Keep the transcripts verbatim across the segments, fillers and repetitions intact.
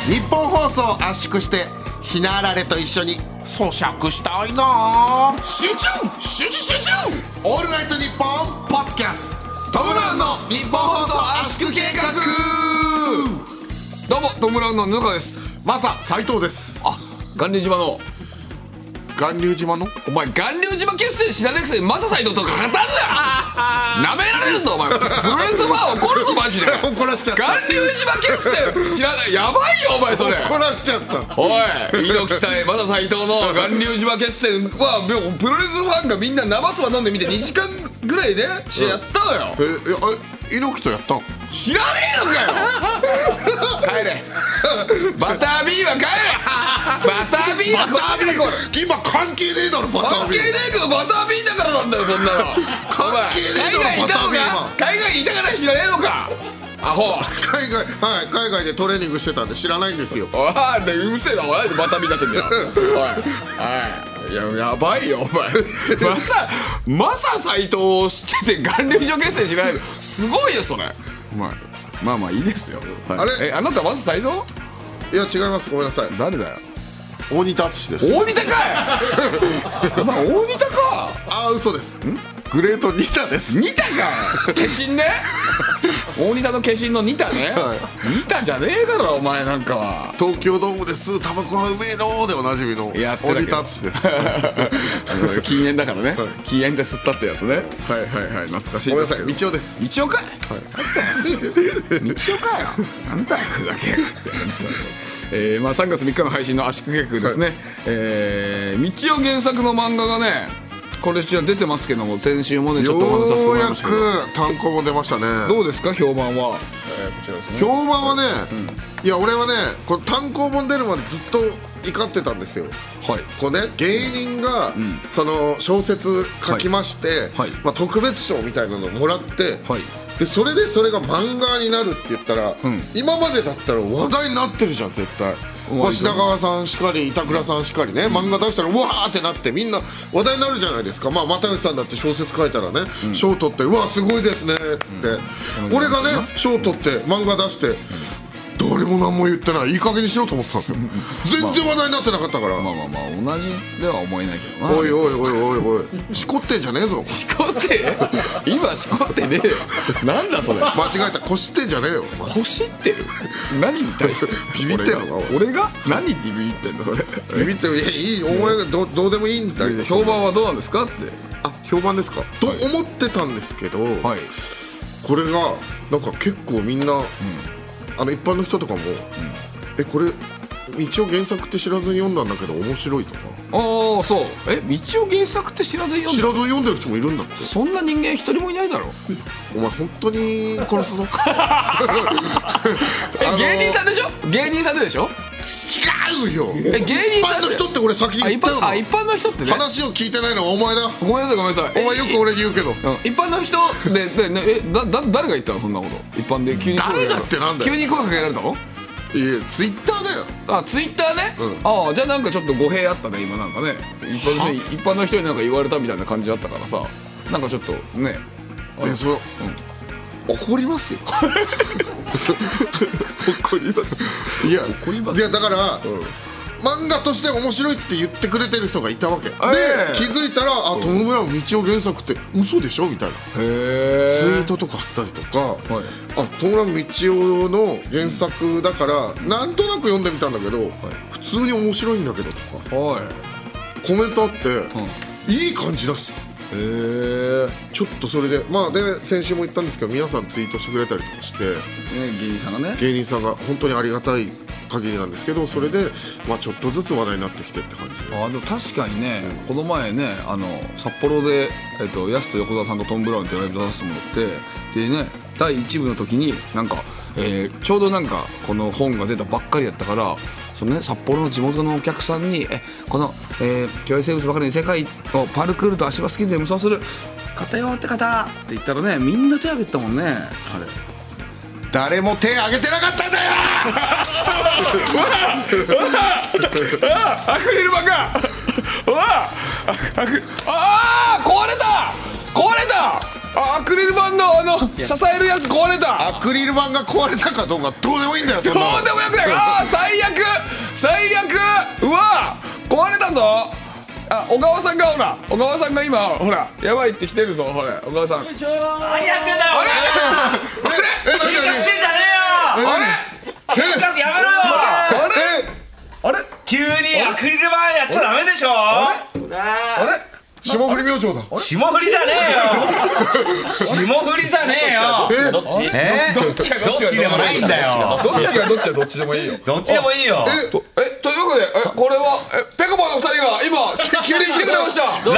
日本放送を圧縮してひなあられと一緒に咀嚼したいな。 集中集中集中。 オールナイトニッポンポッドキャスト、トム・ブラウンの日本放送圧縮計画。 どうもトム・ブラウンの布川です。 マサ斉藤です。 あ、巌流島の巌流島のお前巌流島決戦知らなくせにマサ斉藤とか語るな。なめられるぞお前。プロレスファン怒るぞマジで。 怒らしちゃった。 巌流島決戦知らない。やばいよお前それ。 怒らしちゃった。 おい猪木対マサ斉藤の巌流島決戦はプロレスファンがみんな生唾飲んでみてにじかんぐらいで試合やったのよ。 えいや猪木とやったん知らねえのかよ。帰れバタービーは帰れ。バタービーはバタービー今関係ねえだろバタービー。 関係ねえけどバタービーだからなんだよそんなの。 関係ねえだろバタービーは。 海外にいたから知らねえのかアホ。 海外はい海外でトレーニングしてたんで知らないんですよ。 ああでうるせえなおい。バタービーだってんだよ。おいはいいややばいよお前。マサマサ斉藤を知ってて巌流島決戦知らないのすごいよそれ。お前まあまあいいですよ、はい、あれえあなたマサ斉藤。 いや違います、ごめんなさい。 誰だよ。 大仁田敦です。 大仁田かい。お前大仁田か。 ああ嘘です。グレートニタです。 ニタか化身ね。大仁田の化身のニタね、はい、ニタじゃねえだろお前なんかは。 東京ドームですタバコはうめえのでおなじみの大仁田敦です。 禁煙だからね、はい、禁煙で吸ったってやつね。はいはいはい懐かしいですけど。 ごめんなさい道夫です。 道夫かい、はい、道夫かよ。なんだよふざけ。えーまあ、さんがつみっかの配信の圧縮計画ですね、はいえー、道夫原作の漫画がねこれちら出てますけども先週もねちょっとお話しさせてもらいましたけどようやく単行本出ましたね。 どうですか評判は。えー、こちらですね。 評判はね、うん、いや俺はねこの単行本出るまでずっと怒ってたんですよ。はい、こうね芸人が、うん、その小説書きまして、はいはいまあ、特別賞みたいなのをもらって、はいでそれでそれが漫画になるって言ったら、うん、今までだったら話題になってるじゃん絶対。品川さんしかり板倉さんしかりね、うん、漫画出したらうわーってなってみんな話題になるじゃないですか。まあ又吉さんだって小説書いたらね賞、うん、取ってうわすごいですねっつって、うん、俺がね賞取って漫画出して、うん誰も何も言ってない。いい加減にしろと思ってたんですよ。全然話題になってなかったから。 まあまあまあ同じでは思えないけどな。 おいおいおいおいおいしこってんじゃねえぞ。 しこって今しこってねえよ。なんだそれ。 間違えた。こしってんじゃねえよ。 こしってる何に対してビビってんのか。 俺が何にビビってんのそれ。 ビビってる。いやいいお前が ど, どうでもいいんだけど。 評判はどうなんですかって。 あ評判ですかと思ってたんですけど、はい、これがなんか結構みんな、うんあの一般の人とかも、うん、えこれ道夫原作って知らずに読んだんだけど面白いとか。 ああそうえ道夫原作って知らずに読んだ。 知らずに読んでる人もいるんだって。 そんな人間一人もいないだろ。 お前本当に殺すぞ。 え芸人さんでしょ。芸人さんででしょ。 違うよ。 え芸人さん一般の人って俺先に言ったよな。 あ一般の人ってね話を聞いてないのはお前だ。 ごめんなさいごめんなさい。 お前よく俺に言うけど、うん、 一般の人でででえだだ誰が言ったのそんなこと。一般で急に誰だってなんだよ。 急に声かけられたの。 いやツイッターだよ。 あツイッターね、うん、ああじゃあなんかちょっと語弊あったね今なんかね。一般の人に一般の人になんか言われたみたいな感じだったからさなんかちょっとねでそれ、うん、怒りますよ。怒りますいや怒りますいやだから、うん漫画として面白いって言ってくれてる人がいたわけ、えー、で気づいたらあトム・ブラウン道夫原作って嘘でしょみたいなツイートとかあったりとか、はい、あトム・ブラウン道夫の原作だからなんとなく読んでみたんだけど、はい、普通に面白いんだけどとか、はい、コメントあって、うん、いい感じだっすよ。へーちょっとそれでまあで先週も言ったんですけど皆さんツイートしてくれたりとかして、ね、 芸人さんがね芸人さんが本当にありがたい限りなんですけどそれで、まあ、ちょっとずつ話題になってきてって感じで。 あでも確かにね、うん、この前ねあの札幌で、えっと、ヤスと横澤さんとトム・ブラウンってライブ出させてもらってでねだいいち部の時になんか、えー、ちょうどなんかこの本が出たばっかりやったからその、ね、札幌の地元のお客さんにえこの、えー、巨大生物ばかりに世界をパルクールと足場スキンで無双する方よって方って言ったらねみんな手挙げてたもんね。あれ誰も手挙げてなかったんだよ。 アクリル板がああ壊れた壊れたあアクリル板のあの支えるやつ壊れた。 アクリル板が壊れたかどうかどうでもいいんだよ。 どうでもよくない。ああ最悪最悪。うわ壊れたぞ。あ小川さんがほら小川さんが今ほらやばいって来てるぞ。ほら小川さん何やってんだよ。あれえ何喧嘩してんじゃねえよ。 あれ喧嘩やめろよ。 あれあれ急にアクリル板やっちゃダメでしょ。あれ霜降り明星だ。 霜降りじゃねえよ。霜降りじゃねえよ。 えどっちどっちどっちでもないんだよ。 どっちがどっちはどっちでもいいよ。 どっちでもいいよ。 えとえというわけでえこれはえペコパのふたりが今急に来てくれました。 ランニング。ペコ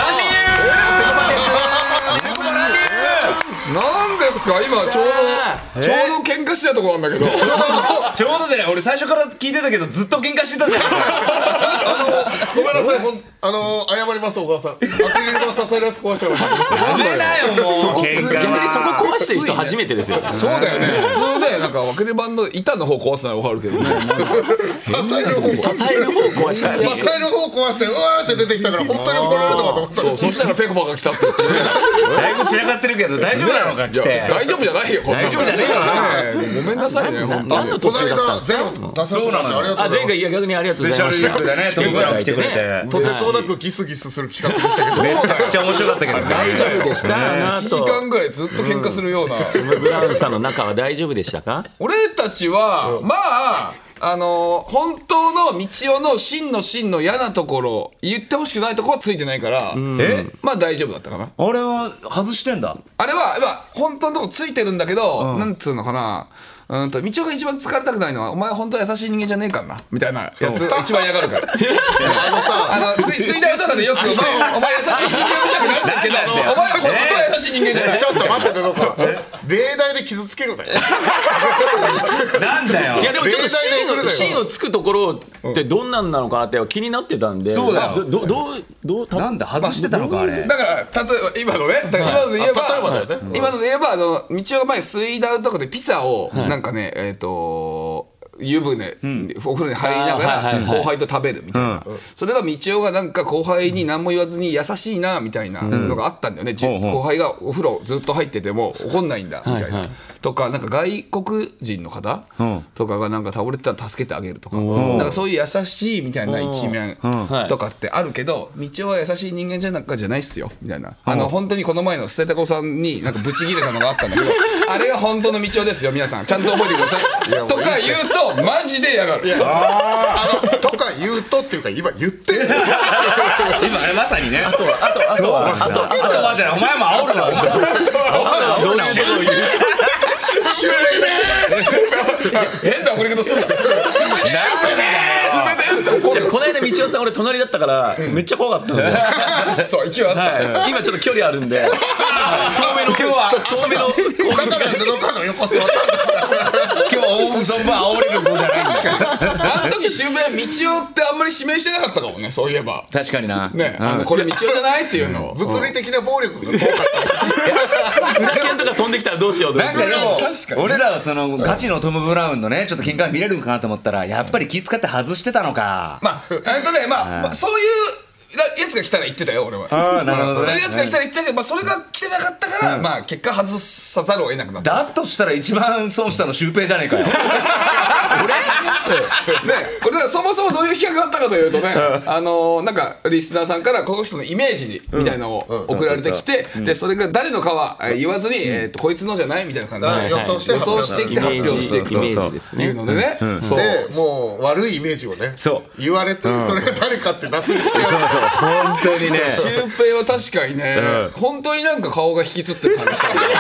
パランニング。 なんですか今ちょうどちょうど喧嘩してたとこなんだけど。 ちょうどじゃない。俺最初から聞いてたけどずっと喧嘩してたじゃん。 あのごめんなさいほんあの謝ります小川さん。アクリル板支えるやつ壊しちゃいました。 ダメだよもう。 そこ逆にそこ壊してる人初めてですよ。 そうだよね。普通ねなんかアクリル板の板の方壊すのは分かるけどね。 支える方支える方壊した支える方壊してうわーって出てきたから本当に怒られたかと思ったそうそしたらペコパが来たって言ってね。 だいぶ散らかってるけど大丈夫なのか来て。 大丈夫じゃないよ。 大丈夫じゃねえよな。 ごめんなさいね本当に。 何のこの途中だったん間ですか。 ゼロ出させてもらってありがとうあございます。 前回いや逆にありがとうございました。 スペシャルウィークでねトム・ブラウン来てくれてとてつもなくギスギスする企画でしたけどめちゃくちゃ面白かったけどね。 大丈夫でしたいちじかんぐらいずっと喧嘩するような。 トム・ブラウンさんの中は大丈夫でしたか。 俺たちはまああの本当の道夫の真の真の嫌なところ言ってほしくないところはついてないからえまあ大丈夫だったかな。 あれは外してんだ。 あれはまあ本当のとこついてるんだけど、なんつうのかなうんと道夫が一番疲れたくないのはお前本当は優しい人間じゃねえからなみたいなやつ一番嫌がるから。 あのさあの水水大とかでよくお前お前優しい人間みたくなってるけどお前は本当は優しい人間じゃない。 ちょっと待っててどうか例題で傷つけるだよ。 なんだよ。 いやでもちょっと例題で来るだよ芯をつくところってどんなんなのかなって気になってたんで。 そうだよどどうどうたなんだ外してたのかあれ。 だから例えば今のねだから今ので言えば、 あ例えばだよね今ので言えばあの道夫が前水ダウとかでピザをなんかね、えっ、と湯船、お風呂に入りながら後輩と食べるみたいな、それが道夫がなんか後輩に何も言わずに優しいなみたいなのがあったんだよね、じ後輩がお風呂ずっと入ってても怒んないんだみたいな、とかなんか外国人の方とかがなんか倒れてたら助けてあげるとか、なんかそういう優しいみたいな一面とかってあるけど、道夫は優しい人間じゃなかじゃないっすよみたいな、あの本当にこの前の捨てた子さんになんかブチギレたのがあったんだけどあれが本当の道夫ですよ皆さんちゃんと覚えてくださいとか言うとマジで嫌がる。 いやあのとか言うとっていうか今言ってる今あれまさにね。あとはあとあとはあとはあとはじゃお前も煽るな。お前どういうことを言う。 終了です変な怒り方すんだ。 じゃあこの間道夫さん俺隣だったからめっちゃ怖かったんですよ。 そう勢いあった、 はい、今ちょっと距離あるんで遠目の今日は遠目のだから布川の横座った今日は大嘘分煽れるぞじゃないんですか。 あの時シュウペイ道夫ってあんまり指名してなかったかもねそういえば確かにな。 ね、あのこれ道夫じゃないっていうのを物理的な暴力が怖かった裏剣とか飛んできたらどうしようと思ってなんかでも確かに俺らはそのガチのトム・ブラウンのねちょっと喧嘩見れるかなと思ったらやっぱり気遣って外してたのか。 まああとねまあ、まあ、そういうやつが来たら言ってたよ俺は。 ああなるほどね。 そういうやつが来たら言ってたけど、まあ、それが来てなかったから、まあ結果外さざるを得なくなった。 だとしたら一番損したのシュウペイじゃねえかよ。 ね、これだからそもそもどういう企画があったかというとね、あのー、なんかリスナーさんからこの人のイメージみたいなのを送られてきて、でそれが誰のかは言わずに、えー、とこいつのじゃないみたいな感じで予想して予想していって発表していくというのでね、そうでもう悪いイメージをねそう言われてそれが誰かってなすりつけられて本当にね。 シュウペイは確かにね、本当になんか顔が引きつってる感じしたんだよ。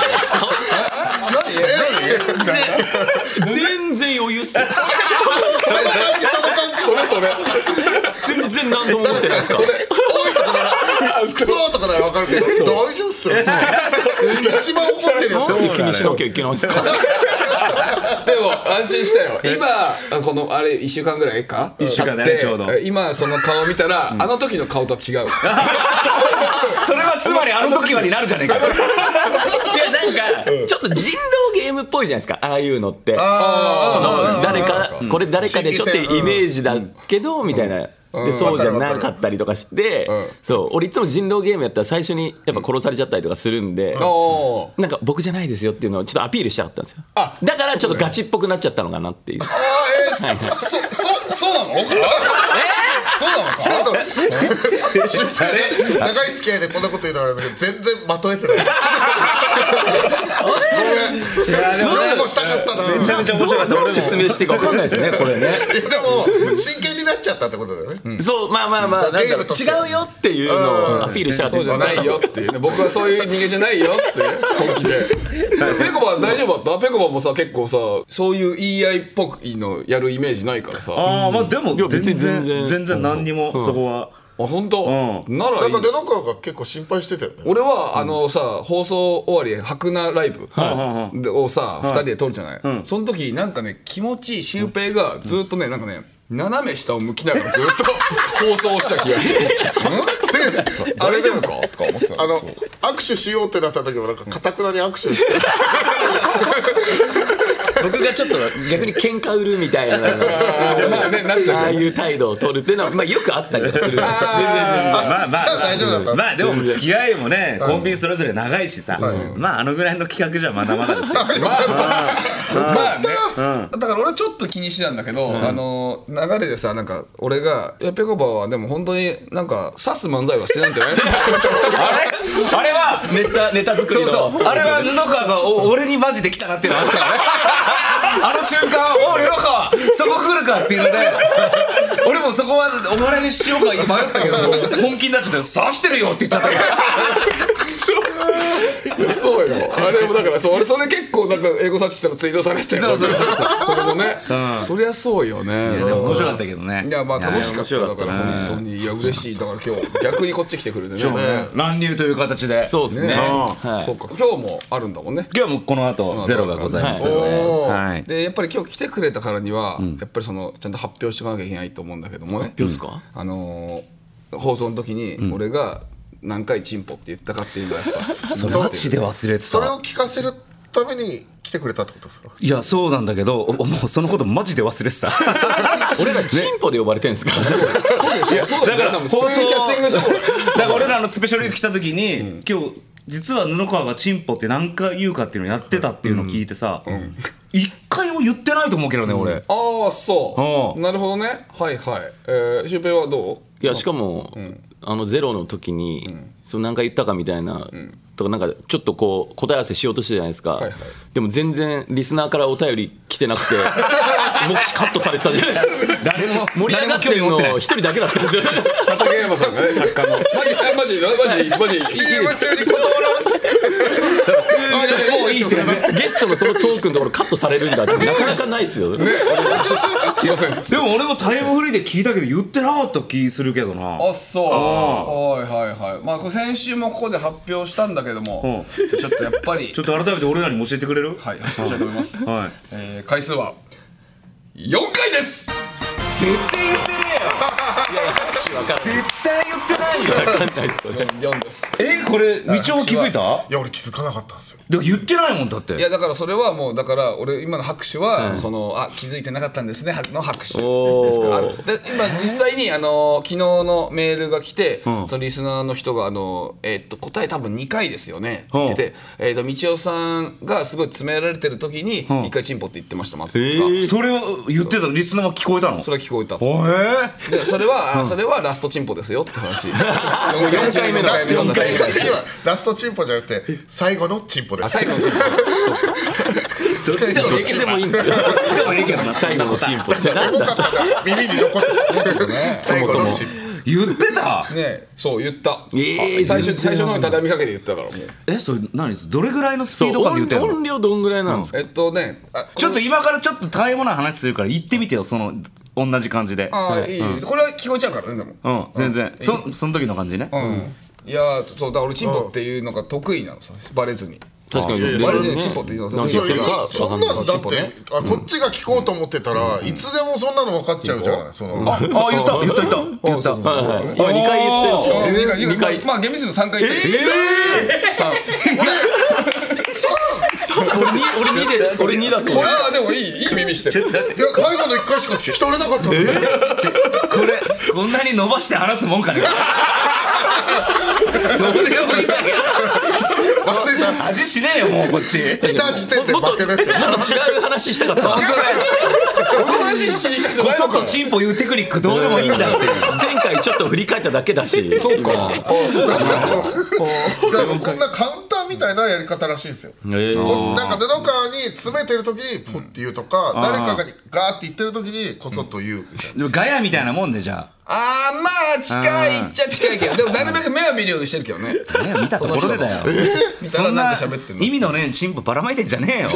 何？ 全然余裕っすよ。 その感じその感じそれそれ全然何とも思ってないですから。 それ多いとかならクソとかなら分かるけど大丈夫っすよ一番怒ってるやつなんで気にしなきゃいけないんですか。 でも安心したよ今このあれいっしゅうかんぐらいかいっしゅうかんだねちょうど今その顔見たら、あの時の顔とは違う。 それはつまりあの時はになるじゃねえか。 違うなんかちょっと人狼ゲームっぽいじゃないですかああいうのって。その誰かこれ誰かでしょっていうイメージだけどみたいな。 でそうじゃなかったりとかして、そう俺いつも人狼ゲームやったら最初にやっぱ殺されちゃったりとかするんで、なんか僕じゃないですよっていうのをちょっとアピールしちゃったんですよ。だからちょっとガチっぽくなっちゃったのかなっていう。 ああえー、そそそうなの？えー、そうなのか？ちょっと長い付き合いでこんなこと言うのあれだけど全然まとえてない。ごめん。いやでも俺もしたかったな。 めちゃめちゃ面白かった。 どう説明していいか分かんないですねこれね。 いやでも真剣になっちゃったってことだよね。 うん、そうまあまあまあなんか違うよっていうのをアピールしちゃって、 そうじゃないよっていうね。僕はそういう人間じゃないよっていう本気で。ペコバ大丈夫だった？ペコバもさ結構さそういう言い合いっぽいのやるイメージないからさ。 ああまあでも全然全然全然何にもそこは。 あ本当、うん、ならいい。 なんか出中が結構心配してたよね。 俺は、うん、あのさ放送終わり白菜ライブをさ、うん、ふたりで撮るじゃない、うん、その時なんかね気持ちいいシュウペイがずっとねなんかね斜め下を向きながらずっと放送した気がしてであれでもかとか思ってた。 あの握手しようってなった時もなんか堅くなに握手して僕がちょっと逆に喧嘩売るみたいなまあ、ね、なんああいう態度を取るっていうのは、まあ、よくあったりとかする。 まあまあ大丈夫だった。まあでも付き合いもねコンビそれぞれ長いしさ、まああのぐらいの企画じゃまだまだですよ。まあねだから俺ちょっと気にしてたんだけどあの流れでさなんか俺が「いやペコバはでも本当になんか刺す漫才はしてないんじゃない？」あれあれはネタネタ作りのそうそうあれは布川が俺にマジで来たなっていうのがあったよね。あの瞬間「おう布川そこ来るか」っていうので俺もそこはお笑いにしようか迷ったけど本気になっちゃって「刺してるよ」って言っちゃったから。 そうよあれもだからそう俺それ結構なんか英語サーチしたらツイートされてそうそうそうそれもねそりゃそうよね。 いやでも面白かったけどね。 いやまあ楽しかっただから本当にいや嬉しいだから今日逆にこっち来てくれてね乱入という形で。 そうですね。 そうか今日もあるんだもんね。 今日もこの後ゼロがございますよね。はいでやっぱり今日来てくれたからにはやっぱりそのちゃんと発表しておかなきゃいけないと思うんだけどもね。 発表ですか？ あの放送の時に俺が何回チンポって言ったかっていうのはやっぱそれマジで忘れてた。 それを聞かせるために来てくれたってことですか？ いやそうなんだけどもうそのことマジで忘れてた。 俺らチンポで呼ばれてるんですか？ そうですよ。だから放送だから俺らのスペシャルウィーク来た時に今日実は布川がチンポって何回言うかっていうのをやってたっていうのを聞いてさ一回も言ってないと思うけどね俺。 ああそうなるほどね。はいはい。シュウペイはどう？ いやしかもあのゼロの時にその何回言ったかみたいなとかなんかちょっとこう答え合わせしようとしたじゃないですか、はいはい、でも全然リスナーからお便り来てなくて目視カットされてたじゃないですか。誰も盛り上がってるの一人だけだったんですよ。 畠山さんがね作家のマジマジマジマジシーエム 中に断られてもういいってゲストのそのトークのところカットされるんだってなかなかないですよね。 すいません。 でも俺もタイムフリーで聞いたけど言ってなかった気するけどな。 あそうはいはいはい。まあ先週もここで発表したんだけどもちょっとやっぱりちょっと改めて俺らにも教えてくれる？ はい発表したいと思います。 はいえー回数はよんかいです。 絶対言ってねえよ。 いや拍手分かんない。 絶対言ってないよ。 分かんないですこれ。 よんです。 えこれみちお気づいた？ いや俺気づかなかったんですよ。 でも言ってないもんだって。 いやだからそれはもうだから俺今の拍手は、うん、そのあ気づいてなかったんですねの拍手ですから。で今実際にあの昨日のメールが来て、うん、そのリスナーの人があのえー、っと答え多分にかいですよねって言ってて、うん、えー、っとみちおさんがすごい詰められてる時にいっかいチンポって言ってましたまず。 えー、それは言ってたリスナーは聞こえたの？ それは聞こえたっつって。 えー、 でそれは、うん、それはラストチンポですよって話。よんかいめのよんかいめはラストチンポじゃなくて最後のチンポです。 最後のチンポ。 どっちでもどっちでもいいんですよ。どっちでもいいけどな。最後のチンポってなんだ。 耳に残ってるね。 そもそも言ってた。 ねそう言った。 ええ最初最初の方に畳みかけて言ったからもう。 えそれ何どれぐらいのスピード感で言ってるの？ 音量どんぐらいなんですか？ えっとねちょっと今からちょっとたわいもない話するから言ってみてよその同じ感じで。 ああいいこれは聞こえちゃうからねでも。 うん全然そその時の感じね。 いやそうだから俺チンポっていうのが得意なのさバレずに。 確かにバレずにチンポっていうのがそんなんだってあこっちが聞こうと思ってたらいつでもそんなの分かっちゃうじゃない。そのあ言った言った言った言った。 今にかい言ってるんですよ。 まあ厳密にさんかい言ってる。 ええさん俺さんに俺にで俺にだとこれはでもいいいい耳してる。 いや最後のいっかいしか聞き取れなかったんでこれこんなに伸ばして話すもんかね。どうでもいいんだけど松井さん味しねえよもうこっち。 来た時点で負けですよ。 もっと違う話したかった。 本当だよ。この話しに来た人こそっないのかとチンポ言うテクニックどうでもいいんだっていう。 前回ちょっと振り返っただけだし。 そうか。あそうか。 でもこんなカウンターみたいなやり方らしいですよ。 えーこなんか布川に詰めてる時にポッて言うとか、誰かがガーって言ってる時にこそっと言うみたいな。 でもガヤみたいなもんでじゃあーまあ近いっちゃ近いけど、でもなるべく目は見るようにしてるけどね。 あ。ね見たところでだよ。 見たらなんか喋ってんの。 意味のねチンポばらまいてんじゃねえよ。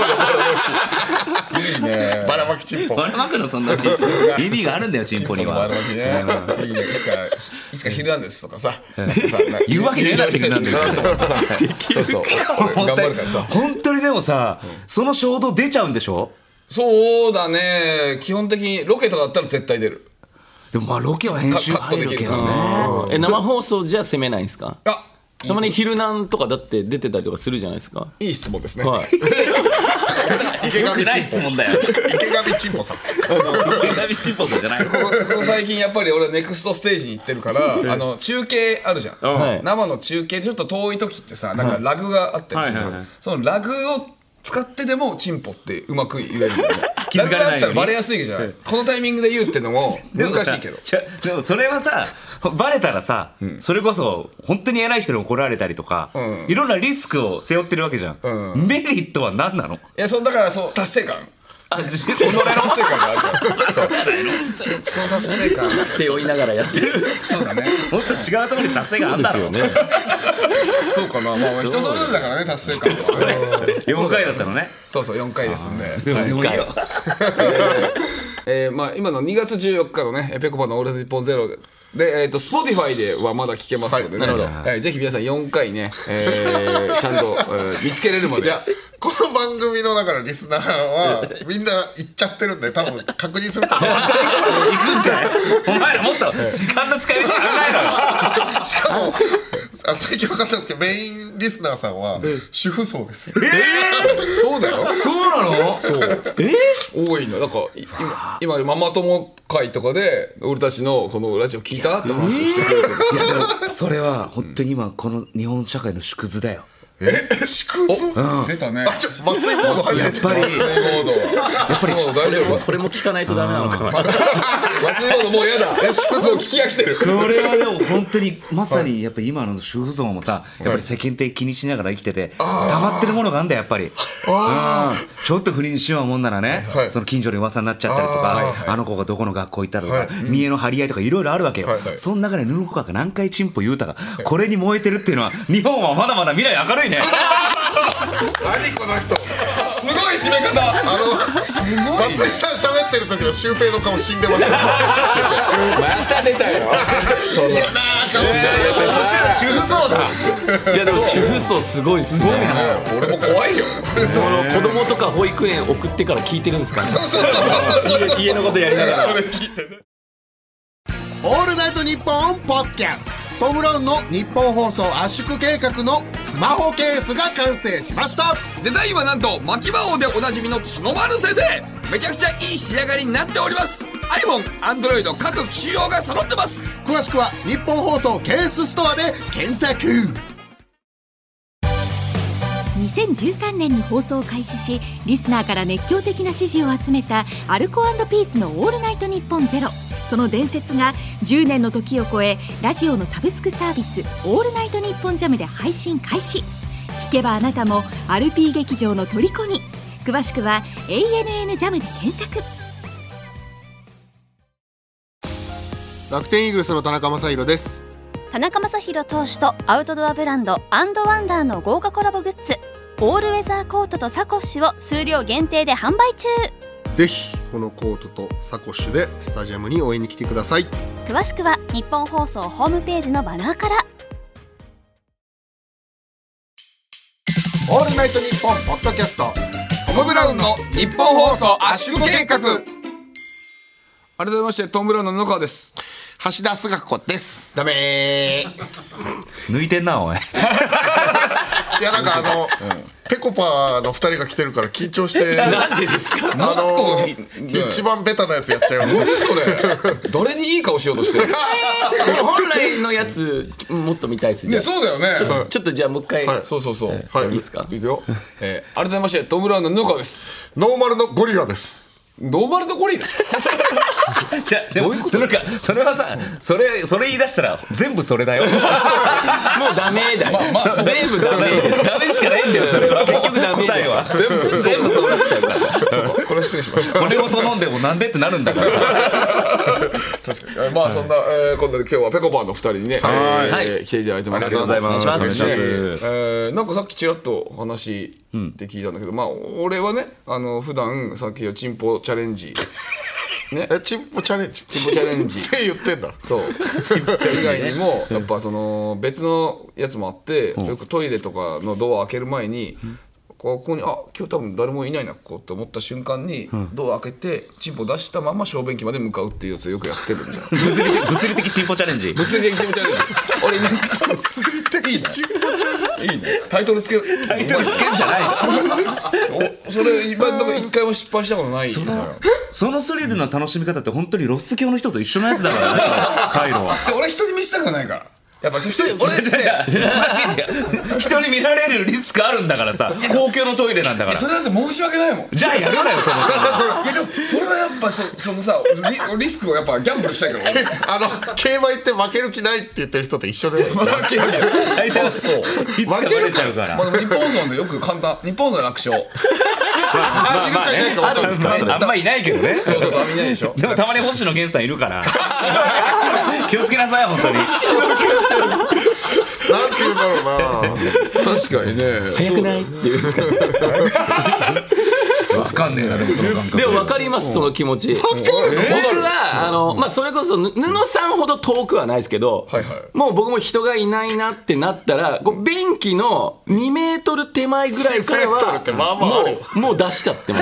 いいね。 ばらまきチンポ。 ばらまくのそんな意味があるんだよチンポには。 バラマキね。いいね。いつかいつかヒルナンデスとかさ。 言うわけねえだろヒルナンデスとかさ。そうそう。俺頑張るからさ。 本当にでもさ、その衝動出ちゃうんでしょ。 そうだね。基本的にロケとかだったら絶対出る。 でもまあロケは編集入るけどね。 え生放送じゃ責めないんですか。 あ、 たまに昼なんとかだって出てたりとかするじゃないですか。 いい質問ですね。 はい。 池上チンポ。 問だよ。 池上チンポさん。 池上チンポさんじゃない。 ここ最近やっぱり俺はネクストステージに行ってるからあの中継あるじゃん、 はい生の中継でちょっと遠い時ってさなんかラグがあったりするじゃん、 はいはいはいそのラグを使ってでもチンポってうまく言えるんだよね気づかれないようにラグがあったらバレやすいじゃないこのタイミングで言うってのも難しいけどちょでもそれはさバレたらさ、それこそ本当に偉い人に怒られたりとか、 うんいろんなリスクを背負ってるわけじゃん、 うメリットは何なの。 いやそうだからそう達成感あ自己の達成感があるからそうその達成感背負いながらやってる。 そうだねもっと違うところに達成があるんだろうね。 そうかなまあ人それぞれだからね達成感はよんかいだったのね。 そうそうよんかいですんででもでもいいよ。 えーまあ、今のにがつじゅうよっかのね、ぺこぱのオールナイトニッポンゼロで、で、えっ、と、Spotify ではまだ聞けますのでね、 はいなるほはいぜひ皆さんよんかいね、えーちゃんと、えー見つけれるまで。 いやこの番組の中のリスナーはみんな行っちゃってるんで多分確認すると思う。 行くんかい。お前らもっと時間の使い道考えろよ。 しかもあ最近分かったんですけどメインリスナーさんは主婦層ですよ。 そうだよ。 そうなの。 そう。え多いの。なんか、い今、今ママ友会とかで、俺たちのこのラジオ聞いたって話をしてくれてる。 いやでもそれは本当に今この日本社会の縮図だよ。 え縮図出たね。 あちょ松井モード入ってやっぱり松井モードは。やっぱり大丈夫。 これも聞かないとダメなのかな。 松井モードもう嫌だ。え、縮図を聞き飽きてる。 これはでも本当にまさにやっぱり今の主婦層もさやっぱり世間体気にしながら生きてて溜まってるものがあるんだよやっぱり。うんちょっと不倫しようもんならね、 はいその近所で噂になっちゃったりとか、 あーはいはいあの子がどこの学校行ったとか、 はい見栄の張り合いとかいろいろあるわけよ、 はいはいその中でヌーコカが何回チンポ言うたか、これに燃えてるっていうのは日本はまだまだ未来明るいね。 何この人すごい締め方。 あのすごい松井さん喋ってる時のシュウペイの顔死んでますよ。 また出たよ。その嫌な顔しちゃう。 主婦層だ。 いやでも主婦層すごいっすね。 俺も怖いよ。 その子供とか保育園送ってから聞いてるんですかね。家家のことやりながら。 オールナイトニッポンポッドキャストトム・ブラウンの日本放送圧縮計画のスマホケースが完成しました。 デザインはなんと牧場王でおなじみの角丸先生。めちゃくちゃいい仕上がりになっております。 iPhone、Android 各機種用が揃ってます。 詳しくは日本放送ケースストアで検索。 にせんじゅうさんねんに放送を開始しリスナーから熱狂的な支持を集めたアルコ&ピースのオールナイトニッポンゼロ。その伝説がじゅうねんの時を超えラジオのサブスクサービスオールナイトニッポンジャムで配信開始。聞けばあなたも アールピー 劇場の虜に。詳しくは エーエヌエヌ ジャムで検索。 楽天イーグルスの田中将大です。 田中将大投手とアウトドアブランドアンドワンダーの豪華コラボグッズオールウェザーコートとサコッシュを数量限定で販売中。 ぜひこのコートとサコッシュでスタジアムに応援に来てください。 詳しくは日本放送ホームページのバナーから。 オールナイトニッポンポッドキャストトム・ブラウンの日本放送圧縮計画。改めましてトム・ブラウンの布川です。 橋田壽賀子です。 ダメー。 抜いてんなおい。 いやなんかあの、 ペコパのふたりが来てるから緊張してなんでですか。 あのー、一番ベタなやつやっちゃいます。 何それ誰にいい顔しようとしてる本来のやつもっと見たいです。 ね、そうだよね。 ちょっとちょっとじゃあもう一回、 はい、そうそうそう、 はい、 いいですか。 いくよ、えー、改めましてトム・ブラウンの布川です。 ノーマルのゴリラです。 ノーマルのゴリラじゃあでもなんかそれはさ、それそれ言い出したら全部それだよ。もうダメだよ。 まあまあ全部ダメです。ダメしかないんだよ。それは結局ダメ答えは全部全部そうなっちゃうから。 そうこれ失礼しました。 これを頼んでもなんでってなるんだから。 確かに。まあそんな、えー、今度今日はぺこぱのふたりにね、 はい、 えー、来ていただいてますけど、 ありがとうございます。 えー、なんかさっきちらっと話って聞いたんだけど、うん、まあ俺はね、あの普段さっきのチンポチャレンジね、えチンポチャレンジチンポチャレンジって言ってんだ。 そうチンポチャ以外にもやっぱその別のやつもあって、よくトイレとかのドア開ける前に、ここにあ今日多分誰もいないなここって思った瞬間に、ドア開けてチンポ出したまま小便器まで向かうっていうやつをよくやってるんだよ。 物理的物理的チンポチャレンジ。 物理的チンポチャレンジ。俺なんか物理的チンポチャレンジいいね。タイトルつけタイトルつけんじゃないおそれ今のところ一回も失敗したことない。 そのそのスリルの楽しみ方って本当にロス教の人と一緒のやつだからね。回路は。 俺人に見せたくないから。やっぱ人に俺ってマジで人に見られるリスクあるんだからさ、公共のトイレなんだから。 それだって申し訳ないもん。 じゃあやるなよそのいやでもそれはやっぱ そ, そのさリ, リスクをやっぱギャンブルしたいから。 あの競馬行って負ける気ないって言ってる人と一緒で。負ける大体そういつかバレちゃうから。 まあ、日本放送でよく簡単日本放送楽勝。 あいるかいないか分かるんですか。 あんまいないけどね。 そうそうそうみんなでしょ。 でもたまに星野源さんいるから気をつけなさい本当に。 なんて言うんだろうな。 確かにね。 早くないって言うんですか。 分かんねえなでもその感覚。 でも分かりますその気持ち。僕はあのまあそれこそ布さんほど遠くはないですけど、 はいはい、 もう僕も人がいないなってなったら、こう便器のにメートル手前ぐらいからはもうもう出しちゃってます。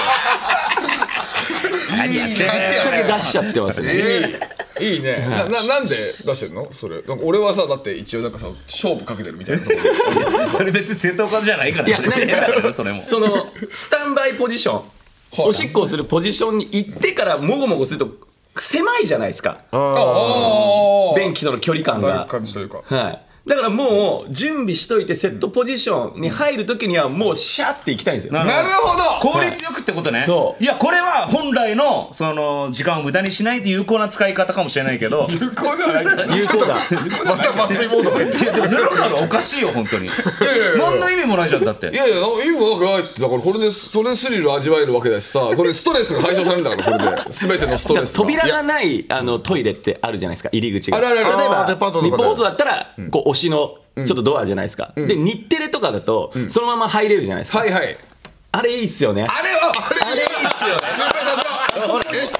何やってんだよ。 出しちゃってますね。 いいね。な, な, なんで出してるのそれ。なんか俺はさだって一応なんかさ勝負かけてるみたいなところ。 それ別に正当化じゃないから。 いやなんかそれもそのスタンバイポジション、おしっこをするポジションに行ってからもごもごすると狭いじゃないですか。便器との距離感が。 感じというか。 はい。だからもう準備しといてセットポジションに入るときにはもうシャッていきたいんですよ。 なるほど。 効率よくってことね。 そう。 いやこれは本来のその時間を無駄にしないと有効な使い方かもしれないけど。 有効ではない。 有効だ。 また松井モードが。 いやでも布川がおかしいよ本当に。いやいやいや何の意味もないじゃんだって。 いやいや意味もなくないってだからこれでそれでスリルを味わえるわけだしさ、これストレスが解消されるんだからこれで全てのストレスが。 扉がないあのトイレってあるじゃないですか入り口が。 あるあるある。 例えばデパートとかで日本放送だったらこう推しのちょっとドアじゃないですか、うん、で日テレとかだとそのまま入れるじゃないですか、 はいはい、 あれいいっすよね。 あれはあれいいっすよね。 そう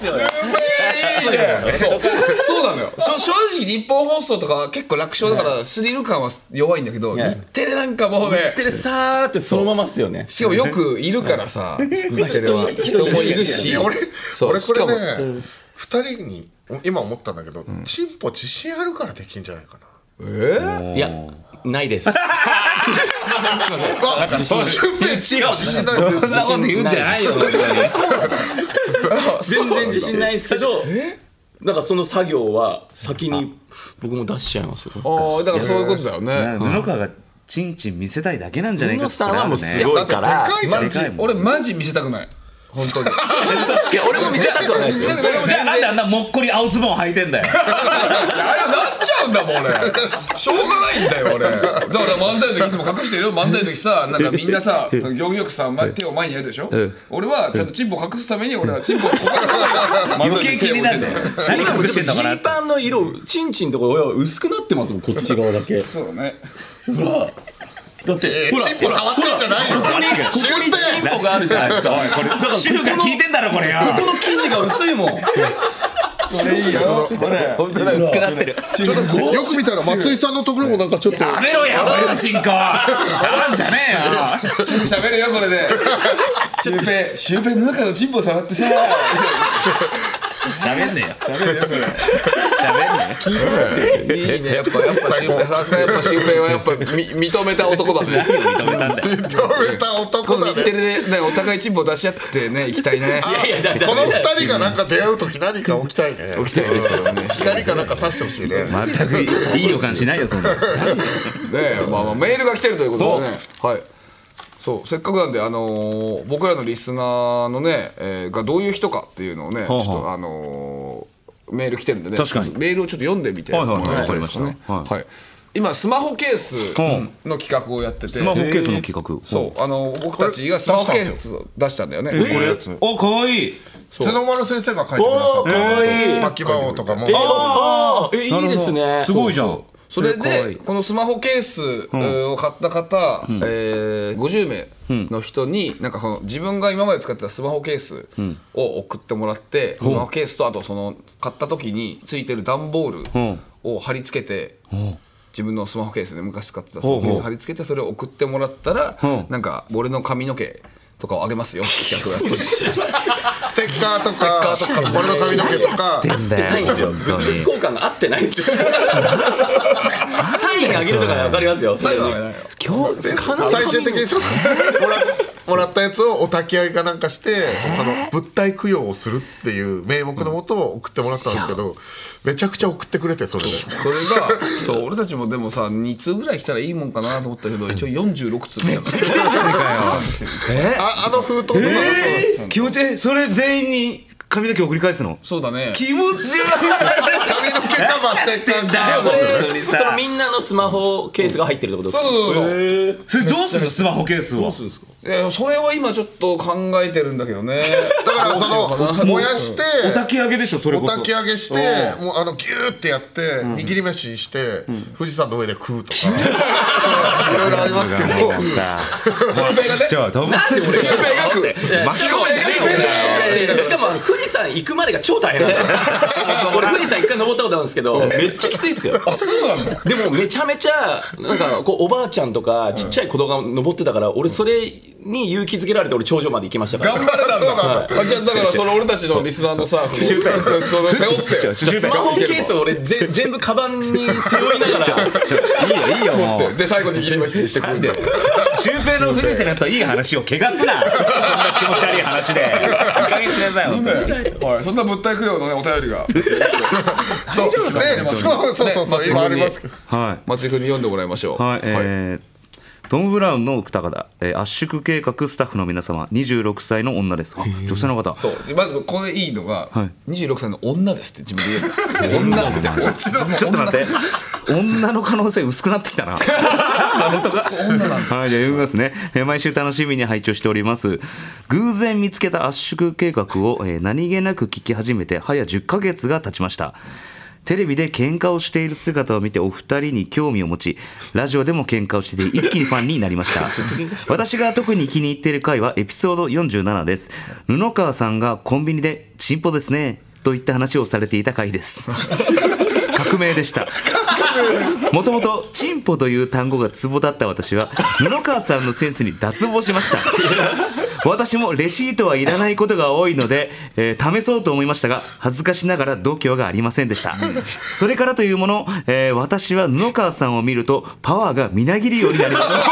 そうなのよ。正直日本放送とか結構楽勝だからスリル感は弱いんだけど、日テレなんかもうね日テレさーってそのままっすよね。 しかもよくいるからさ日テレは人もいるし、 俺俺これねふたりに今思ったんだけど、チンポ自信あるからできんじゃないかな。 えー、 いやないです。すみません。なんか自信ない。 そんなこと言うんじゃないよ。 全然自信ないですけど、なんかその作業は先に僕も出しちゃいますよ。 ああだからそういうことだよね。 布川がチンチン見せたいだけなんじゃないか。 布さんはもうすごいから。 マジ俺マジ見せたくない。本当に俺も見せたくはないですよ。 じゃあなんであんなもっこり青ズボン履いてんだよ。 あれなっちゃうんだもん俺。しょうがないんだよ俺。だから漫才の時いつも隠してるよ。漫才の時さなんかみんなさ行儀よくさ手を前にやるでしょ。俺はちゃんとチンポ隠すために俺はチンポをここから余計気になるんだよ。何隠してんのかな。 ジーパンの色チンチンとか薄くなってますもんこっち側だけ。 そうだね。 うわだってチンポ触ってんじゃないよ。 ここにチンポがあるじゃないですか。 これだから主婦が聞いてんだろこれよ。 ここの生地が薄いもん。 これいいよ。これ本当だ薄くなってる。 よく見たら松井さんのところもなんかちょっと。 やめろや俺のチンコ。触んじゃねえよ。 すぐ喋るよこれで。シュウペイシュウペイの中のチンポ触ってさ。 喋んねえよ喋んねえよいいねやっぱやっぱシュウペイさすがやっぱシュウペイはやっぱみ認めた男だね認めたんだよ認めた男だ今度日テね。 レでねお互いチンポ出し合ってね行きたいねあいやいやだこの二人がなんか出会う時何か起きたいね。起きたいですよね。光かなんかさしてほしいね。 全くいい予感しないよそんなのねまあまあメールが来てるということでねはいそうせっかくなんであのー僕らのリスナーのねえーがどういう人かっていうのをねちょっとあのーメール来てるんでね確かにメールをちょっと読んでみてはいはいはいもらえますかねわかりましたはい今スマホケースの企画をやっててスマホケースの企画そうあの僕たちがスマホケースを出したんだよねこれやつ。 おかわいい角丸先生が書いてくださった。 かわいい巻き場王とかも。 ああえいいですねすごいじゃんそれえかわいいでこのスマホケースを買った方、えーごじゅうめいの人になんかその自分が今まで使ってたスマホケースを送ってもらって、スマホケースとあとその買った時についてる段ボールを貼り付けて、自分のスマホケースで昔使ってたスマホケース貼り付けてそれを送ってもらったらなんか俺の髪の毛とかをあげますよって企画をやってステッカーとか俺の髪の毛とか。 んだよ物々交換が合ってないですよサインあげるとか分かりますよ最後はね今日最終的にちょっともらもらったやつをお焚き上げかなんかしてその物体供養をするっていう名目のもとを送ってもらったんですけどめちゃくちゃ送ってくれてそれでそれがそう俺たちもでもさに通ぐらい来たらいいもんかなと思ったけど一応よんじゅうろく通来たからえああの封筒とかもそうです気持ちいいそれ全員に髪の毛送り返すのそうだね気持ち悪い髪の毛カバーしてっかだよこれ本当にさそのみんなのスマホケースが入ってるってことですかそうそうそうそれどうするのスマホケースをいやそれは今ちょっと考えてるんだけどねだからその燃やしてお焚き上げでしょそれおこそ焚き上げしてもうあのギューってやって握り飯にして富士山の上で食うとかいろいろありますけどシュウペイがねじゃあどうもシュウペイが食う巻き込まれてしかも富士山行くまでが超大変なんですよ俺富士山一回登ったことあるんですけどめっちゃきついですよあそうなんだでもめちゃめちゃなんかこうおばあちゃんとかちっちゃい子供が登ってたから俺それに勇気づけられて俺頂上まで行きましたから頑張れたんだあじゃあだからその俺たちのリスナーのさそのその背負ってスマホケースを俺ぜ全部カバンに背負いながらいいよいいよもうで最後に握り飯してくんでシュウペイの富士山といい話を汚すなそんな気持ち悪い話でいい加減しなさい本当にはいそんな物体供養のねお便りがそうねそうそうそうそう今ありますけどはい松井君に読んでもらいましょうはい、えートム・ブラウンの歌方、えー圧縮計画スタッフの皆様にじゅうろくさいの女ですあ女性の方そうまずこれいいのがはいにじゅうろくさいの女ですって自分で言える女みたいなちょっと待って女の可能性薄くなってきたな本当か女なんだはいじゃあ読みますね、えー毎週楽しみに拝聴しております偶然見つけた圧縮計画を、えー何気なく聞き始めて早じゅっかげつが経ちましたテレビで喧嘩をしている姿を見てお二人に興味を持ちラジオでも喧嘩をしていて一気にファンになりました私が特に気に入っている回はエピソードよんじゅうななです布川さんがコンビニでチンポですねといった話をされていた回です革命でしたもともとチンポという単語がツボだった私は布川さんのセンスに脱帽しました私もレシートはいらないことが多いので、えー試そうと思いましたが恥ずかしながら度胸がありませんでしたそれからというもの、えー私は布川さんを見るとパワーがみなぎるようになりました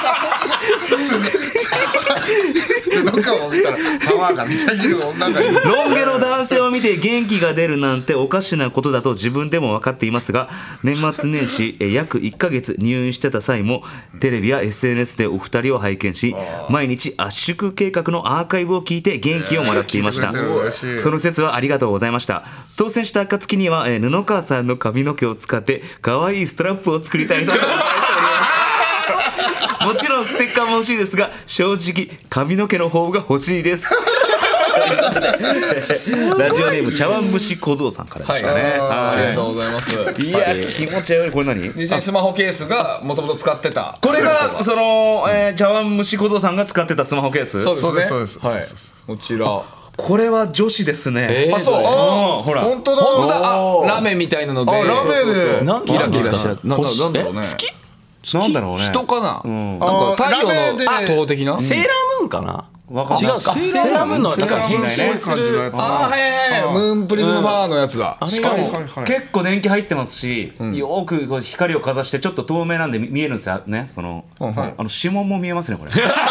中を見たらパワーがみなぎる女がいるロン毛の男性を見て元気が出るなんておかしなことだと自分でも分かっていますが年末年始え約いっかげつ入院してた際もテレビや エスエヌエス でお二人を拝見し毎日圧縮計画のアーカイブを聞いて元気をもらっていました聞いてくれてる嬉しいその説はありがとうございました当選した暁にはえ布川さんの髪の毛を使って可愛いストラップを作りたいと考えておりますもちろんステッカーも欲しいですが正直髪の毛の方が欲しいですラジオネーム茶碗蒸し小僧さんからでしたね、 ありがとうございますいや気持ち悪いこれ何実際にスマホケースがもともと使ってたこれがその、えー、茶碗蒸し小僧さんが使ってたスマホケースそうですねそうですそうですはいこちらこれは女子ですね、 あそうあほら本当だ本当だあラメみたいなのであラメでなんキラキラしたなんななですかなんだろうねなんだろうね人かななんあか太陽ラメでの塔的なセーラームーンかな。 違うか。 セーラームーンのだから変身する。 ああはいはいはい。ムーンプリズムバーのやつだ。 しかも結構年季入ってますし、よくこう光をかざしてちょっと透明なんで見えるんですよね。そのあの指紋も見えますねこれ。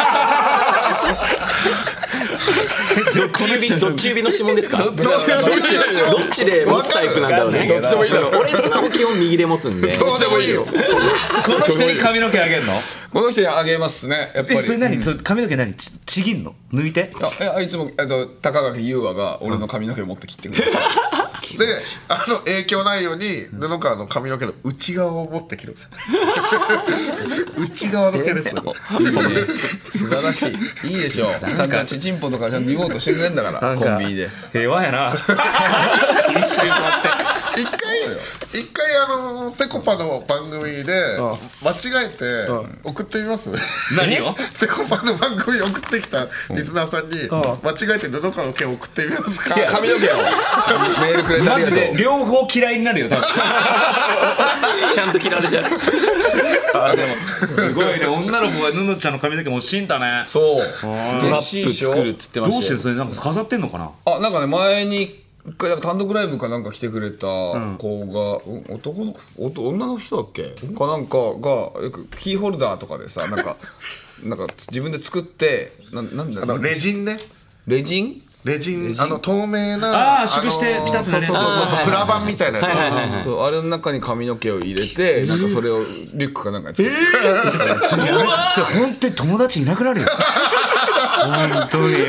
どっち指どっち指の指紋ですか？どっちで持つタイプなんだろうね。 どっちでもいいだろ。 俺スマホ基本右で持つんで。 どっちでもいいよ。 この人に髪の毛あげるの？ この人にあげますね。やっぱり。 えそれ何？それ髪の毛何？ちちぎんの？抜いて？ あいつもえっと高垣優愛が俺の髪の毛を持って切ってくれる。 であの影響ないように布川の髪の毛の内側を持って切るんですよ。内側の毛ですね。 いいね。素晴らしい。いいでしょう。ちゃんとチチンポとかちゃんと見ようとしてくれんだからコンビニで。 平和やな。一周回って。 一回一回あのぺこぱの番組で間違えて送ってみます？ 何を？ ぺこぱの番組に送ってきたリスナーさんに間違えて布川の毛を送ってみますか？ 髪の毛をメールくれてありがとう。 マジで両方嫌いになるよ多分。 ちゃんと切られちゃう。 あでもすごいね、女の子がぬぬちゃんの髪の毛も欲しいんだね。 そう。 ストラップ作るっつってましたよ。 どうしてそれなんか飾ってんのかな？ あなんかね前に一回単独ライブかなんか来てくれた子が、男の女の人だっけかなんかがよくキーホルダーとかでさなんかなんか自分で作ってななんだあのレジンね。 レジン？ レジンあの透明なああ縮してピタッとなるやつ。 そうそうそうそうプラ板みたいなやつ。 そうあれの中に髪の毛を入れてなんかそれをリュックかなんかにつけて。 それ本当に友達いなくなるよ。本当に。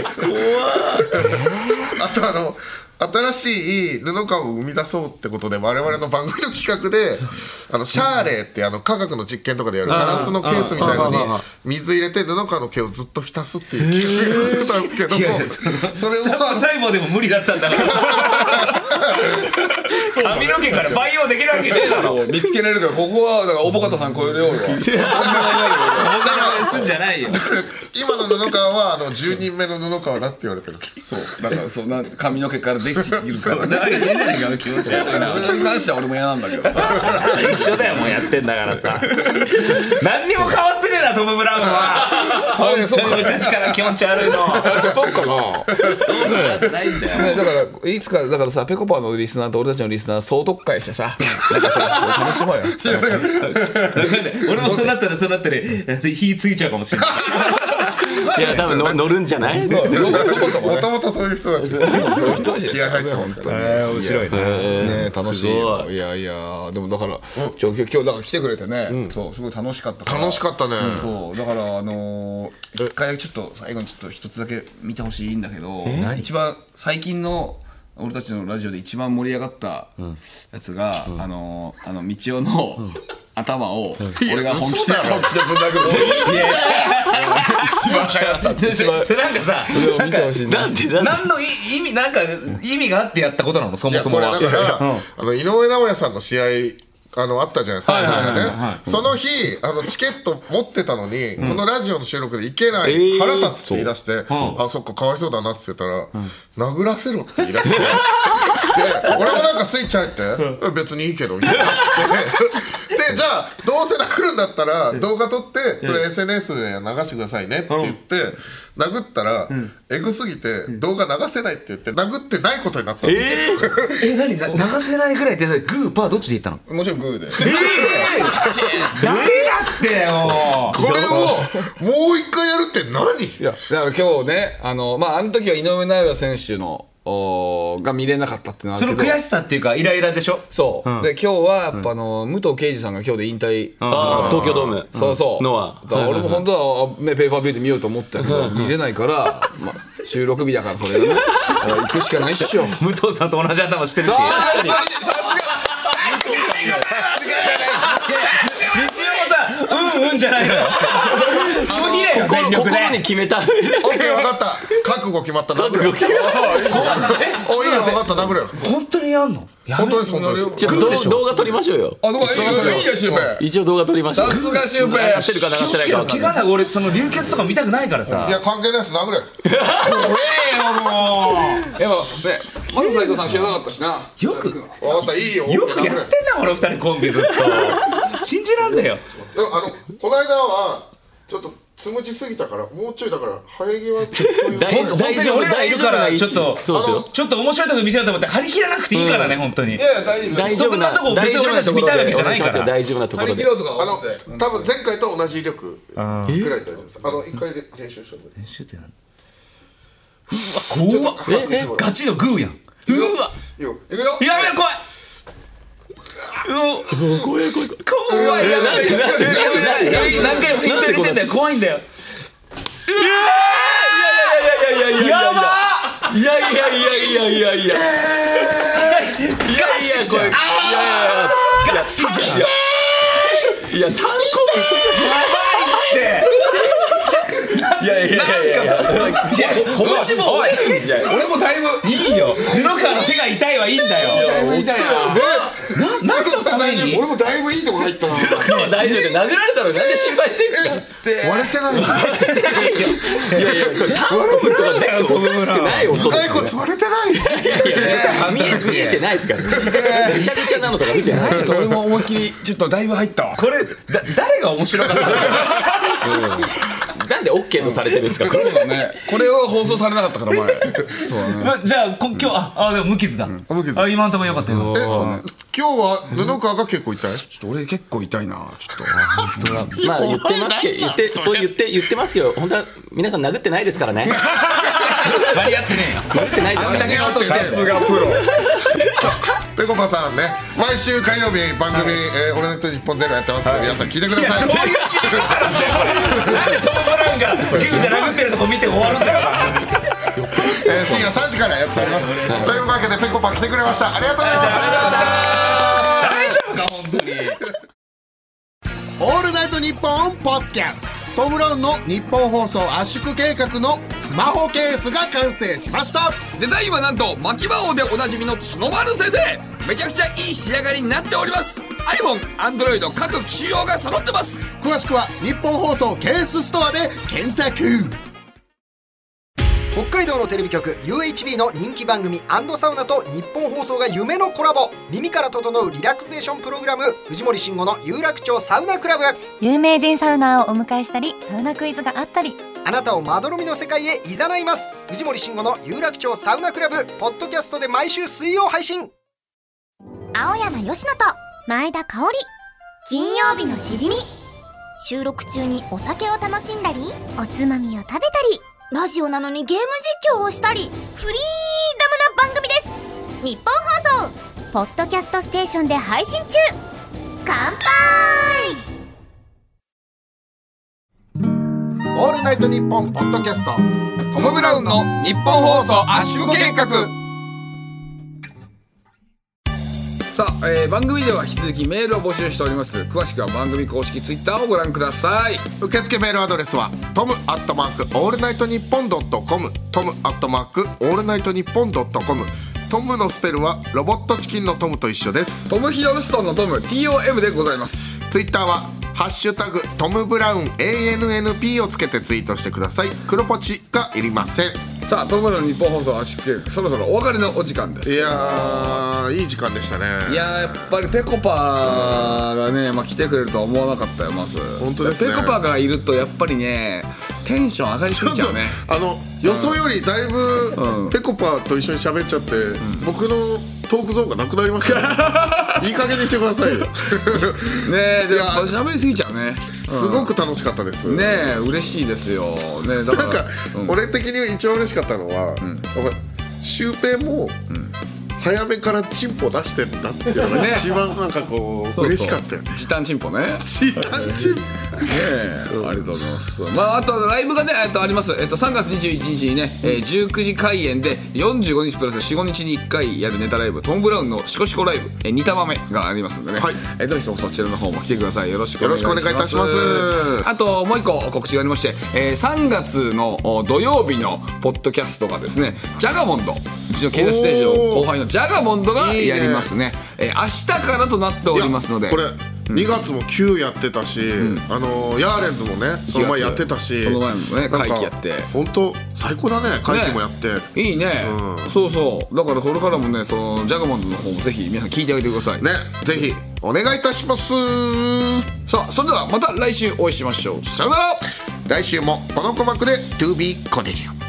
あとあの新しい布川を生み出そうってことで我々の番組の企画であのシャーレーってあの科学の実験とかでやるガラスのケースみたいなのに水入れて布川の毛をずっと浸すっていう企画をやってたんですけども、それを細胞でも無理だったんだから。髪の毛から培養できるわけねえだろ。 見つけられるからここはだからおぼかたさん超えるよ俺は。 すんじゃないよ。 今の布川はあのじゅうにんめの布川だって言われてるんです。 そうだからそうな髪の毛からできているからね。 なんか言えないか気持ち悪いな。 それに関しては俺も嫌なんだけどさ。 一緒だよもうやってんだからさ。何にも変わってねえなトム・ブラウンは。本当に昔から気持ち悪いの。 そっかな。 そうないんだよ。 だからいつかだからさぺこぱのリスナーと俺たちのリスナー総特会してさなんかさ楽しもうよ。 俺もそうなったらそうなったら火ついちゃうかもしれない。 いや多分乗るんじゃない？ そもそももともとそういう人たちです。 そういう人たちです気合入ってますからね。 面白いね。 ね楽しいよ。いやいやでもだから今日今日だから来てくれてね、そうすごい楽しかったから。 楽しかったね。 そうだからあの一回ちょっと最後にちょっと一つだけ見てほしいんだけど、一番最近の俺たちのラジオで一番盛り上がったやつがあのあの道夫の頭を俺が本気で本気でぶん殴る。一番流行った。一番それなんかさなんかなんで何の意味なんか意味があってやったことなのそもそもは。 いやこれだからあの井上尚弥さんの試合あのあったじゃないですか、ね、その日あのチケット持ってたのに、うん、このラジオの収録で行けない、えー、腹立つって言い出して、あそっかかわいそうだなって言ったら、うん、殴らせろって言い出してで俺もなんかスイッチ入って、うん、別にいいけどみたいなでじゃあどうせ殴るんだったら動画撮ってそれ エスエヌエス で流してくださいねって言って、殴ったら、うん、エグすぎて動画流せないって言って殴ってないことになったんですよ。 えー、え何流せないぐらいってグーパーどっちで言ったの？ もちろんグーで。えー、ダメだってよ。 これをもう一回やるって何？ いやだから今日ねあのまああの時は井上尚弥選手のおが見れなかったってのはその悔しさっていうかイライラでしょ。 そう、うん、で今日はやっぱあの、うん、武藤敬司さんが今日で引退、 あ東京ドーム、 そうそうのはだから俺も本当はペーパービューで見ようと思ったけど見れないから、まあ、収録日だからそれがね行くしかないっしょ。 武藤さんと同じ頭してるし。さすがさすが道夫もさうんうんじゃないのよ。 心, 心に決めた。オッケー分かった。覚悟決まった。殴れ。おいいよ分かった殴れよ。 本当にやんの？ 本当です本当です。 ちょっと動画撮りましょうよ。 あ動画いいよシュウペイ。 一応動画撮りましょう。 さすがシュウペイ。 やってるか流してないか分かんない。 怪我だ俺その流血とか見たくないからさ。 いや関係ないです殴れ。 これよもう。 でもねまず斉藤さん知らなかったしな。 よく分かったいいよ。 よくやってんだこの二人コンビずっと。信じらんねえよ。 あのこの間はちょっとつむじすぎたからもうちょいだから生え際大本当に俺らいるからちょっとちょっと面白いとこ見せようと思って張り切らなくていいからね本当に。いや大丈夫なとこ別に俺たち見たいわけじゃないから大丈夫なところで。 あの多分前回と同じ威力ぐらい大丈夫です。あの一回練習して練習ってなんうわ怖っえガチのグーやん。うわいくよやめろ怖い。怖い怖い怖い怖い。何回もヒント入れてんだよ怖いんだよ。いやいやいやいやいややばいやいやいやいやいやいやガチじゃん。いやいやガチじゃん。いや単行やばいっていやいやいやいや拳も俺もだいぶいいよ。布川の手が痛いはいいんだよ。だいぶ痛いな。何のために俺もだいぶいいとこ入ったな。 布川大丈夫で殴られたのになんで心配してんすかって割れてないいやいやこれ単行とかできておかしくないよ。 頭蓋骨割れてない。 いや見え見えてないですからめちゃくちゃなのとか見てない。 ちょっと俺も思いっきりちょっとだいぶ入ったわ。 これだ誰が面白かったのなんで オーケー とされてるんですかこれね。これを放送されなかったから前。そうだね。 じゃあ今日ああでも無傷だ。あ今のところ良かったよ。 今日は布川が結構痛い。 ちょっと俺結構痛いな。ちょっとまあ言ってますけど言ってそう言って言ってますけど本当は皆さん殴ってないですからね。 割り合ってねえよ。 殴ってないですから。 さすがプロ。 ぺこぱさんね毎週火曜日番組「オールナイトニッポンゼロやってますので皆さん聞いてください。 どういうシーンなんだよこれ。なんでトム・ブラウンがギューで殴ってるとこ見て終わるんだよ。 深夜さんじからやっております。というわけでぺこぱ来てくれました。ありがとうございました。 大丈夫か本当に。 オールナイトニッポンポッドキャストトム・ブラウンの日本放送圧縮計画のスマホケースが完成しました。 デザインはなんと牧場王でおなじみの角丸先生。めちゃくちゃいい仕上がりになっております。 iPhone、Android 各機種用が揃ってます。 詳しくは日本放送ケースストアで検索。 北海道のテレビ局 ユーエイチビー の人気番組&サウナと日本放送が夢のコラボ。耳から整うリラクゼーションプログラム藤森慎吾の有楽町サウナクラブ。 有名人サウナーをお迎えしたりサウナクイズがあったりあなたをまどろみの世界へいざないます。藤森慎吾の有楽町サウナクラブポッドキャストで毎週水曜配信。 青山佳乃と前田香織金曜日のしじみ。収録中にお酒を楽しんだりおつまみを食べたりラジオなのにゲーム実況をしたりフリーダムな番組です。日本放送ポッドキャストステーションで配信中。乾杯。 オールナイトニッポンポッドキャストトム・ブラウンの日本放送圧縮計画。さあ、えー、番組では引き続きメールを募集しております。詳しくは番組公式ツイッターをご覧ください。 受付メールアドレスはトムアットマークオールナイトニッポンドットコムトムアットマークオールナイトニッポンドットコム。トムのスペルはロボットチキンのトムと一緒です。 トムヒドルストンのトム ティーオーエム でございます。 ツイッターはハッシュタグトムブラウン エーエヌエヌピー をつけてツイートしてください。黒ポチがいりません。 さあトムブラウン日本放送圧縮計画そろそろお別れのお時間です。 いやーいい時間でしたね。 いやーやっぱりぺこぱがね、まあ、来てくれるとは思わなかったよ。まず本当ですね。 ぺこぱがいるとやっぱりねテンション上がりすぎちゃうね。 あの予想よりだいぶぺこぱと一緒に喋っちゃって、うん、僕のトークゾーンがなくなりましたね。いい加減にしてくださいよ。ねえでも喋りすぎちゃうね。 すごく楽しかったです。 ねえ嬉しいですよ。ねだからなんか、うん、俺的に一番嬉しかったのは、うん、シュウペイも、うん早めからチンポ出してんだっていうのが一番なんかこう嬉しかったよね。 時短チンポね。 時短チンポねえありがとうございます。まああとライブがねえっとあります。えっとさんがつにじゅういちにちにね、えー、じゅうくじ開演でよんじゅうごにちプラスよん、ごにちにいっかいやるネタライブトム・ブラウンのシコシコライブ、えー、に玉目がありますんでね。はい。えー、どうぞそちらの方も来てください。よろしくお願いします。 よろしくお願いいたします。 あともう一個告知がありまして、えー、さんがつの土曜日のポッドキャストがですねジャガモンドうちのケイダステージの後輩のジャガモンドがやりますね。えー、明日からとなっておりますのでこれにがつも Q やってたし、うん、あのヤーレンズもねその前やってたしその前もね会期やって本当最高だね。会期もやって、 ね、いいね、うん、そうそうだからこれからもねそのジャガモンドの方もぜひ皆さん聞いてあげてくださいね。ぜひお願いいたします。 さあそれではまた来週お会いしましょう。さよなら。 来週もこの鼓膜で To be continued。